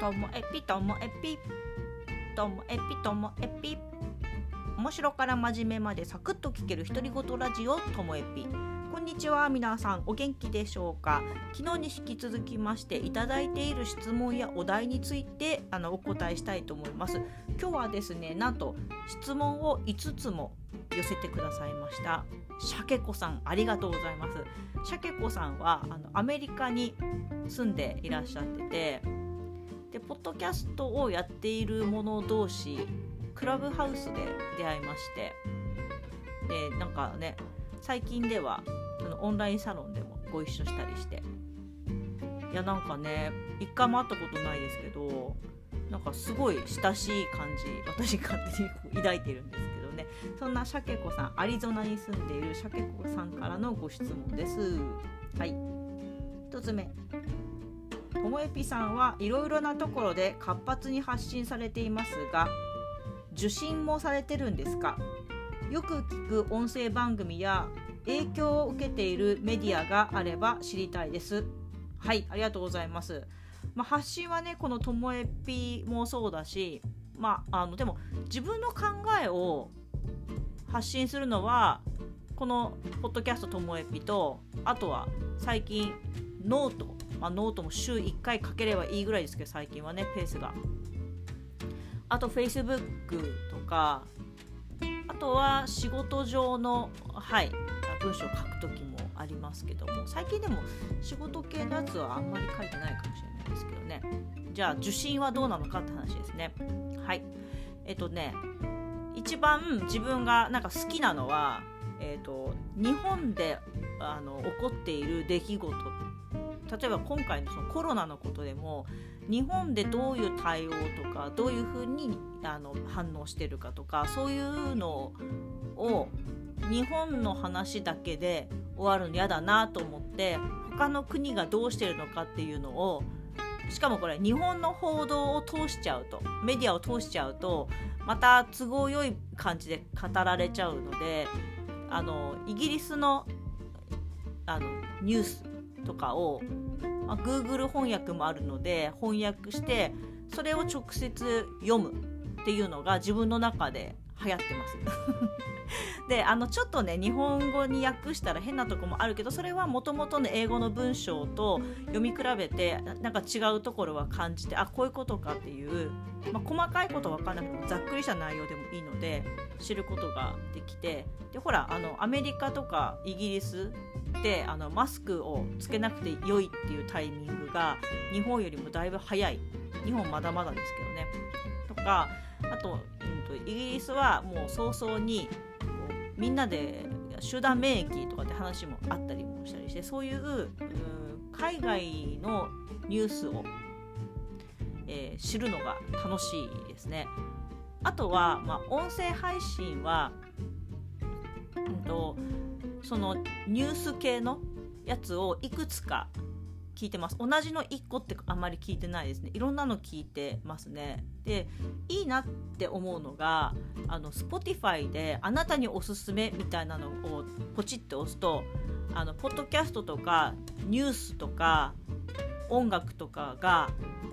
ともえぴともえぴともえぴともえぴ、面白から真面目までサクッと聞ける独り言ラジオともえぴ。こんにちは、皆さんお元気でしょうか。昨日に引き続きましていただいている質問やお題についてお答えしたいと思います。今日はですね、なんと質問を5つも寄せてくださいました。シャケ子さん、ありがとうございます。シャケ子さんはアメリカに住んでいらっしゃってて、でポッドキャストをやっている者同士クラブハウスで出会いまして、でなんかね、最近ではオンラインサロンでもご一緒したりして、いやなんかね、一回も会ったことないですけど、なんかすごい親しい感じ、私勝手に抱いてるんですけどね。そんなシャケ子さん、アリゾナに住んでいるシャケ子さんからのご質問です。はい、1つ目、ともえぴさんはいろいろなところで活発に発信されていますが、受信もされてるんですか？よく聞く音声番組や影響を受けているメディアがあれば知りたいです。はい、ありがとうございます。発信はね、このともえぴもそうだし、でも自分の考えを発信するのはこのポッドキャストともえぴと、あとは最近ノート、ノートも週1回書ければいいぐらいですけど、最近はねペースが、あと Facebook とか、あとは仕事上の、文章を書くときもありますけども、最近でも仕事系のやつはあんまり書いてないかもしれないですけどね。じゃあ受信はどうなのかって話ですね。はい、一番自分がなんか好きなのは、日本で起こっている出来事、例えば今回のそのコロナのことでも、日本でどういう対応とか、どういうふうに反応してるかとか、そういうのを日本の話だけで終わるの嫌だなと思って、他の国がどうしてるのかっていうのを、しかもこれ日本の報道を通しちゃうと、メディアを通しちゃうとまた都合良い感じで語られちゃうので、イギリスのニュースとかを、Google 翻訳もあるので翻訳して、それを直接読むっていうのが自分の中で流行ってますでちょっとね、日本語に訳したら変なとこもあるけど、それはもともとの英語の文章と読み比べてなんか違うところは感じて、こういうことかっていう、細かいことは分からなくてもざっくりした内容でもいいので知ることができて、でほらアメリカとかイギリスでマスクをつけなくて良いっていうタイミングが日本よりもだいぶ早い。日本まだまだですけどね。とか、あと、イギリスはもう早々にみんなで集団免疫とかって話もあったりもしたりして、そういう海外のニュースを、知るのが楽しいですね。あとは、音声配信は、そのニュース系のやつをいくつか聞いてます。同じの1個ってあんまり聞いてないですね。いろんなの聞いてますね。で、いいなって思うのがSpotify であなたにおすすめみたいなのをポチって押すと、ポッドキャストとかニュースとか音楽とかが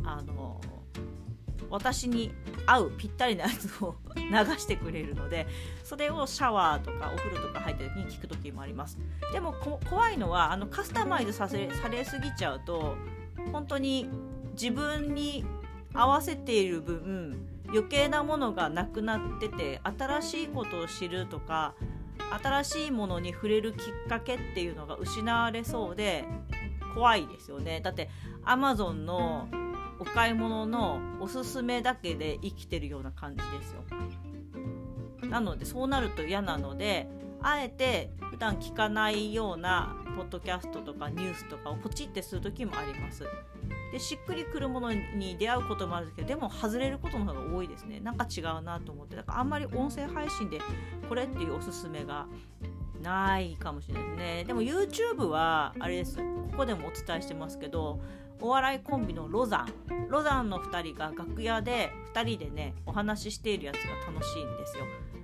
私に合うぴったりなやつを流してくれるので、それをシャワーとかお風呂とか入ってる時に聞く時もあります。でも怖いのはカスタマイズされすぎちゃうと、本当に自分に合わせている分余計なものがなくなってて、新しいことを知るとか新しいものに触れるきっかけっていうのが失われそうで怖いですよね。だって Amazon のお買い物のおすすめだけで生きてるような感じですよ。なのでそうなると嫌なので、あえて普段聞かないようなポッドキャストとかニュースとかをポチってする時もあります。でしっくりくるものに出会うこともあるんですけど、でも外れることの方が多いですね。なんか違うなと思って、だからあんまり音声配信でこれっていうおすすめがないかもしれないですね。でも YouTube はあれです、ここでもお伝えしてますけど、お笑いコンビのロザンの2人が楽屋で2人でねお話ししているやつが楽しいんですよ。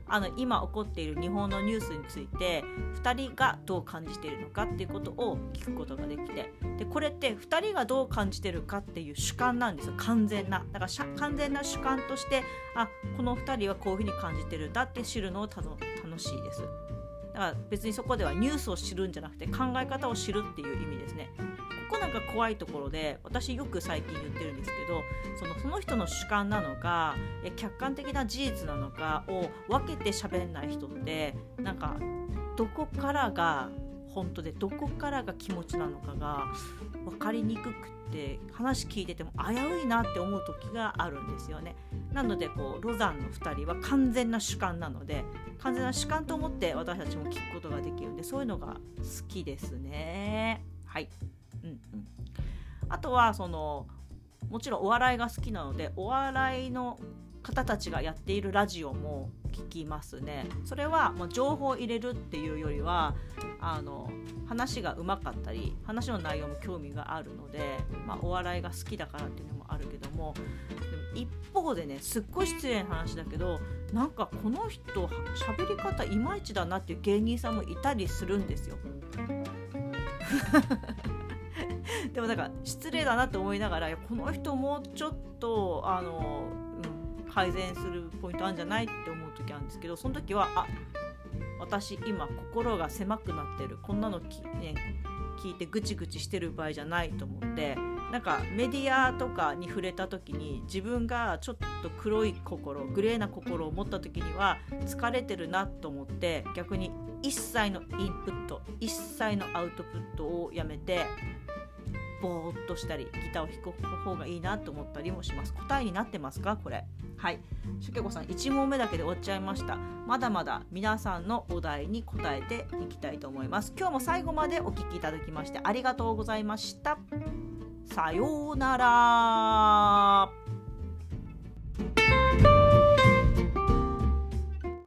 今起こっている日本のニュースについて2人がどう感じているのかっていうことを聞くことができて、でこれって2人がどう感じているかっていう主観なんですよ。完全な完全な主観として、この2人はこういうふうに感じてるんだって知るのを楽しいです。だから別にそこではニュースを知るんじゃなくて考え方を知るっていう意味ですね。ここなんか怖いところで、私よく最近言ってるんですけど、その人の主観なのか客観的な事実なのかを分けて喋んない人って、なんかどこからが本当でどこからが気持ちなのかが分かりにくくて、話聞いてても危ういなって思う時があるんですよね。なのでロザンの2人は完全な主観なので、完全な主観と思って私たちも聞くことができるんで、そういうのが好きですね。はい、あとはもちろんお笑いが好きなので、お笑いの方たちがやっているラジオも聞きますね。それは情報を入れるっていうよりは話がうまかったり話の内容も興味があるので、お笑いが好きだからっていうのもあるけども、でも一方でね、すっごい失礼な話だけど、なんかこの人喋り方いまいちだなっていう芸人さんもいたりするんですよでもだから失礼だなと思いながら、この人もうちょっと改善するポイントあるんじゃないって思う時あるんですけど、その時は私今心が狭くなってる、こんなの聞いてぐちぐちしてる場合じゃないと思って、なんかメディアとかに触れた時に自分がちょっと黒い心、グレーな心を持った時には疲れてるなと思って、逆に一切のインプット一切のアウトプットをやめてぼーっとしたりギターを弾く方がいいなと思ったりもします。答えになってますかこれ。はい、しゅけこさん1問目だけで終わっちゃいました。まだまだ皆さんのお題に答えていきたいと思います。今日も最後までお聞きいただきましてありがとうございました。さようなら。